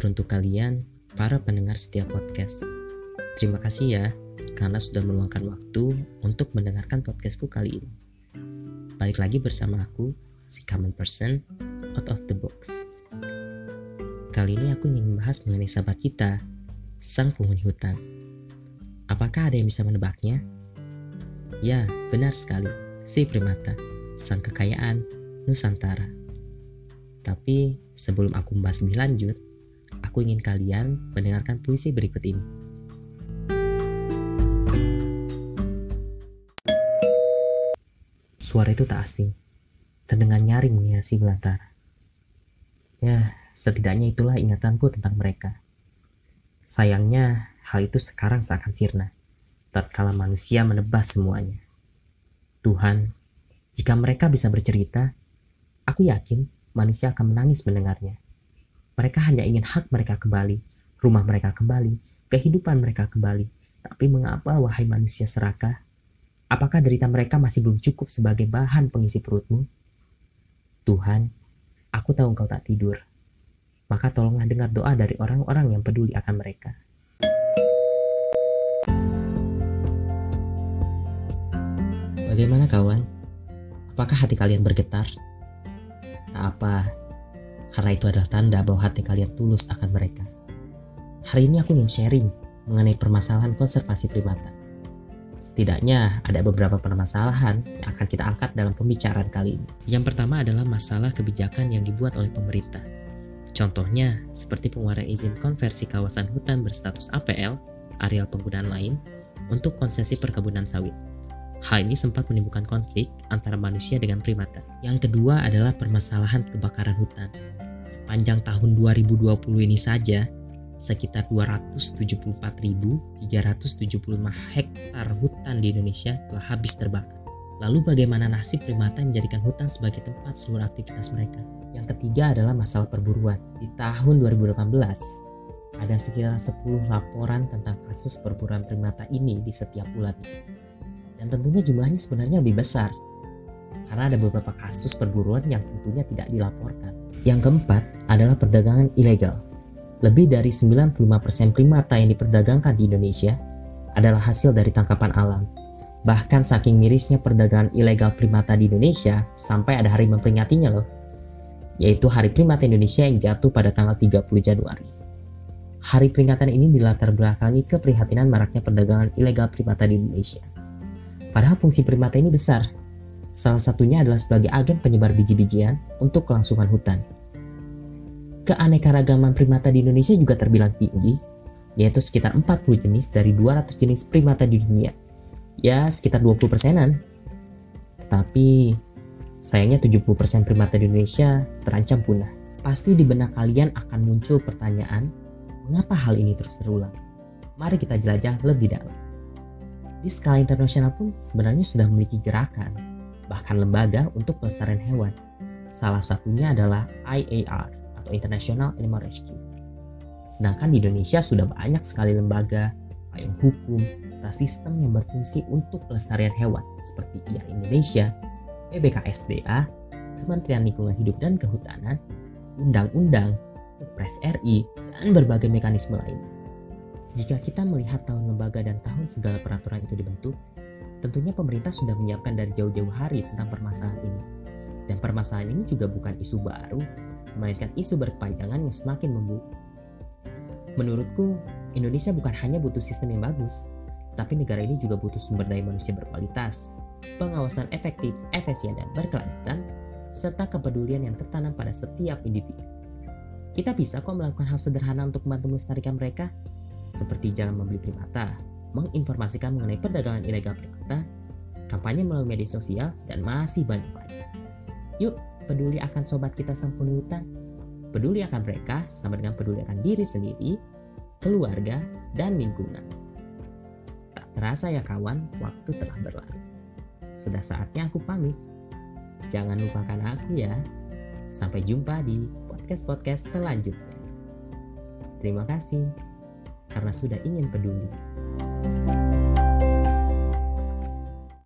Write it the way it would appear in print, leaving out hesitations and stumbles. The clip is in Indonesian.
untuk kalian, para pendengar setiap podcast. Terima kasih ya, karena sudah meluangkan waktu untuk mendengarkan podcastku kali ini. Balik lagi bersama aku, si common person, out of the box. Kali ini aku ingin membahas mengenai sahabat kita, sang penghuni hutan. Apakah ada yang bisa menebaknya? Ya, benar sekali, si primata, sang kekayaan Nusantara. Tapi sebelum aku membahas lebih lanjut, aku ingin kalian mendengarkan puisi berikut ini. Suara itu tak asing, terdengar nyaring menghiasi belantara. Ya, setidaknya itulah ingatanku tentang mereka. Sayangnya, hal itu sekarang seakan sirna, tatkala manusia menebas semuanya. Tuhan, jika mereka bisa bercerita, aku yakin manusia akan menangis mendengarnya. Mereka hanya ingin hak mereka kembali, rumah mereka kembali, kehidupan mereka kembali. Tapi mengapa wahai manusia serakah? Apakah derita mereka masih belum cukup sebagai bahan pengisi perutmu? Tuhan, aku tahu engkau tak tidur. Maka tolonglah dengar doa dari orang-orang yang peduli akan mereka. Bagaimana kawan? Apakah hati kalian bergetar? Tak apa, karena itu adalah tanda bahwa hati kalian tulus akan mereka. Hari ini aku ingin sharing mengenai permasalahan konservasi primata. Setidaknya ada beberapa permasalahan yang akan kita angkat dalam pembicaraan kali ini. Yang pertama adalah masalah kebijakan yang dibuat oleh pemerintah. Contohnya, seperti pengeluaran izin konversi kawasan hutan berstatus APL, areal penggunaan lain, untuk konsesi perkebunan sawit. Hal ini sempat menimbulkan konflik antara manusia dengan primata. Yang kedua adalah permasalahan kebakaran hutan. Sepanjang tahun 2020 ini saja, sekitar 274.375 hektar hutan di Indonesia telah habis terbakar. Lalu bagaimana nasib primata yang menjadikan hutan sebagai tempat seluruh aktivitas mereka? Yang ketiga adalah masalah perburuan. Di tahun 2018, ada sekitar 10 laporan tentang kasus perburuan primata ini di setiap bulannya. Dan tentunya jumlahnya sebenarnya lebih besar, karena ada beberapa kasus perburuan yang tentunya tidak dilaporkan. Yang keempat adalah perdagangan ilegal. Lebih dari 95% primata yang diperdagangkan di Indonesia adalah hasil dari tangkapan alam. Bahkan saking mirisnya perdagangan ilegal primata di Indonesia, sampai ada hari memperingatinya loh, yaitu Hari Primata Indonesia yang jatuh pada tanggal 30 Januari. Hari peringatan ini dilatar belakangi keprihatinan maraknya perdagangan ilegal primata di Indonesia. Padahal fungsi primata ini besar. Salah satunya adalah sebagai agen penyebar biji-bijian untuk kelangsungan hutan. Keanekaragaman primata di Indonesia juga terbilang tinggi, yaitu sekitar 40 jenis dari 200 jenis primata di dunia. Ya, sekitar 20%-an. Tetapi, sayangnya 70% primata di Indonesia terancam punah. Pasti di benak kalian akan muncul pertanyaan, mengapa hal ini terus terulang? Mari kita jelajah lebih dalam. Di skala internasional pun sebenarnya sudah memiliki gerakan, bahkan lembaga untuk pelestarian hewan. Salah satunya adalah IAR atau International Animal Rescue. Sedangkan di Indonesia sudah banyak sekali lembaga, payung hukum, serta sistem yang berfungsi untuk pelestarian hewan seperti IAR Indonesia, PBKSDA, Kementerian Lingkungan Hidup dan Kehutanan, Undang-Undang, Kepres RI, dan berbagai mekanisme lainnya. Jika kita melihat tahun lembaga dan tahun segala peraturan itu dibentuk, tentunya pemerintah sudah menyiapkan dari jauh-jauh hari tentang permasalahan ini. Dan permasalahan ini juga bukan isu baru, melainkan isu berkepanjangan yang semakin memburu. Menurutku, Indonesia bukan hanya butuh sistem yang bagus, tapi negara ini juga butuh sumber daya manusia berkualitas, pengawasan efektif, efisien, dan berkelanjutan, serta kepedulian yang tertanam pada setiap individu. Kita bisa kok melakukan hal sederhana untuk membantu melestarikan mereka, seperti jangan membeli primata, menginformasikan mengenai perdagangan ilegal primata, kampanye melalui media sosial, dan masih banyak lagi. Yuk, peduli akan sobat kita sang penghuni hutan. Peduli akan mereka sama dengan peduli akan diri sendiri, keluarga, dan lingkungan. Tak terasa ya kawan, waktu telah berlalu. Sudah saatnya aku pamit. Jangan lupakan aku ya. Sampai jumpa di podcast-podcast selanjutnya. Terima kasih karena sudah ingin peduli.